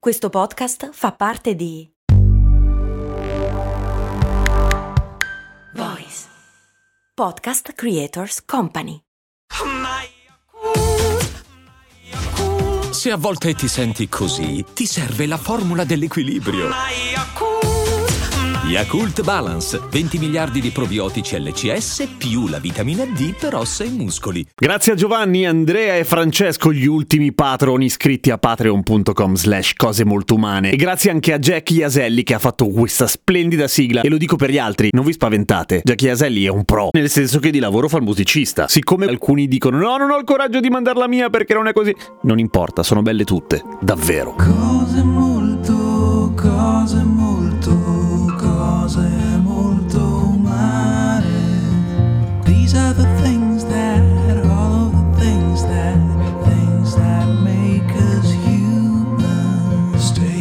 Questo podcast fa parte di Voice Podcast Creators Company. Se a volte ti senti così, ti serve la formula dell'equilibrio. Yakult Balance, 20 miliardi di probiotici LCS più la vitamina D per ossa e muscoli. Grazie a Giovanni, Andrea e Francesco, gli ultimi patron iscritti a patreon.com/cose molto umane. E grazie anche a Jackie Iaselli che ha fatto questa splendida sigla. E lo dico per gli altri, non vi spaventate, Jackie Iaselli è un pro, nel senso che di lavoro fa il musicista. Siccome alcuni dicono no, non ho il coraggio di mandarla mia perché non è così, non importa, sono belle tutte, davvero. Cose molto umane. These are the things that, all of the things that make us human. Stay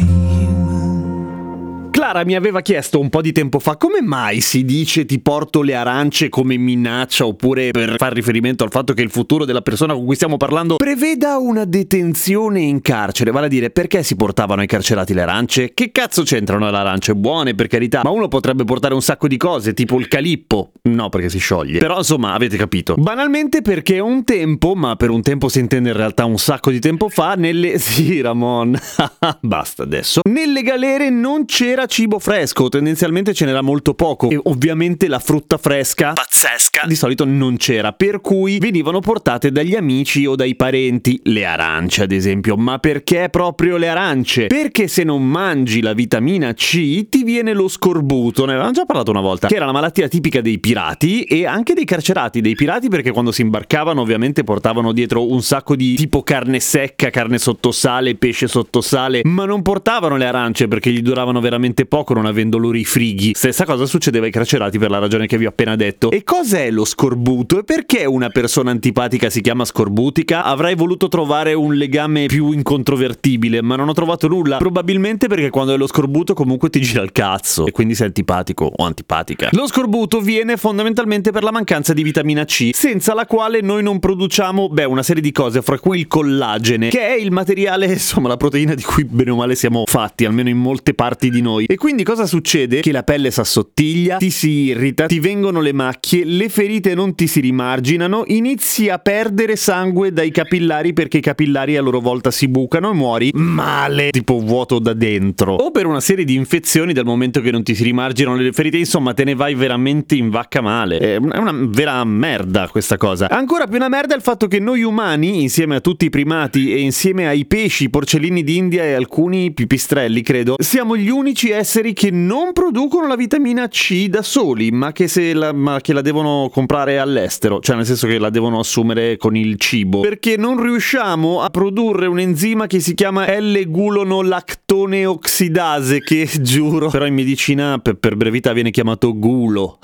human. Clara mi aveva chiesto un po' di tempo fa come mai si dice ti porto le arance come minaccia, oppure per far riferimento al fatto che il futuro della persona con cui stiamo parlando preveda una detenzione in carcere, vale a dire perché si portavano ai carcerati le arance? Che cazzo c'entrano le arance? Buone per carità, ma uno potrebbe portare un sacco di cose, tipo il calippo, no perché si scioglie, però insomma avete capito. Banalmente perché un tempo, ma per un tempo si intende in realtà un sacco di tempo fa, sì Ramon, basta adesso, nelle galere non c'era cibo fresco, tendenzialmente ce n'era molto poco e ovviamente la frutta fresca, pazzesca, di solito non c'era, per cui venivano portate dagli amici o dai parenti, le arance ad esempio. Ma perché proprio le arance? Perché se non mangi la vitamina C ti viene lo scorbuto, ne avevamo già parlato una volta, che era la malattia tipica dei pirati e anche dei carcerati. Dei pirati perché quando si imbarcavano ovviamente portavano dietro un sacco di tipo carne secca, carne sottosale, pesce sottosale, ma non portavano le arance perché gli duravano veramente poco non avendo loro i frighi. Stessa cosa succedeva ai carcerati per la ragione che vi ho appena detto. E cos'è lo scorbuto? E perché una persona antipatica si chiama scorbutica? Avrei voluto trovare un legame più incontrovertibile, ma non ho trovato nulla. Probabilmente perché quando hai lo scorbuto comunque ti gira il cazzo e quindi sei antipatico o antipatica. Lo scorbuto viene fondamentalmente per la mancanza di vitamina C, senza la quale noi non produciamo, una serie di cose, fra cui il collagene, che è il materiale, insomma, la proteina di cui bene o male siamo fatti, almeno in molte parti di noi. E quindi cosa succede? Che la pelle s'assottiglia, ti si irrita, ti vengono le macchie, le ferite non ti si rimarginano, inizi a perdere sangue dai capillari perché i capillari a loro volta si bucano e muori male, tipo vuoto da dentro, o per una serie di infezioni dal momento che non ti si rimarginano le ferite. Insomma, te ne vai veramente in vacca male. È una vera merda questa cosa. Ancora più una merda è il fatto che noi umani, insieme a tutti i primati e insieme ai pesci, porcellini d'India e alcuni pipistrelli, credo, siamo gli unici esseri che non producono la vitamina C da soli, ma che la devono comprare all'estero, cioè nel senso che la devono assumere con il cibo, perché non riusciamo a produrre un enzima che si chiama L-gulonolactone oxidase, che giuro, però in medicina per brevità viene chiamato gulo.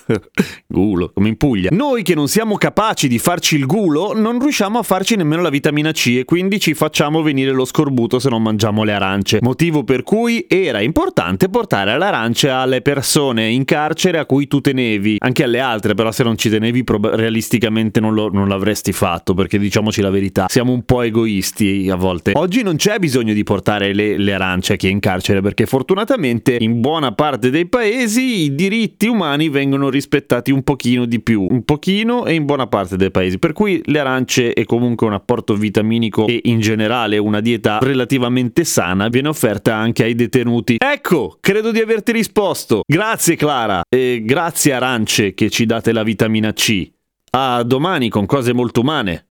Gulo, come in Puglia. Noi che non siamo capaci di farci il gulo non riusciamo a farci nemmeno la vitamina C e quindi ci facciamo venire lo scorbuto se non mangiamo le arance, motivo per cui era importante portare l'arancia alle persone in carcere a cui tu tenevi, anche alle altre, però se non ci tenevi realisticamente non l'avresti fatto, perché diciamoci la verità, siamo un po' egoisti a volte. Oggi non c'è bisogno di portare le arance a chi è in carcere perché fortunatamente in buona parte dei paesi i diritti umani vengono rispettati un pochino di più, un pochino, e in buona parte dei paesi, per cui le arance e comunque un apporto vitaminico e in generale una dieta relativamente sana viene offerta anche ai detenuti. Ecco, credo di averti risposto. Grazie Clara e grazie arance che ci date la vitamina C. A domani con cose molto umane.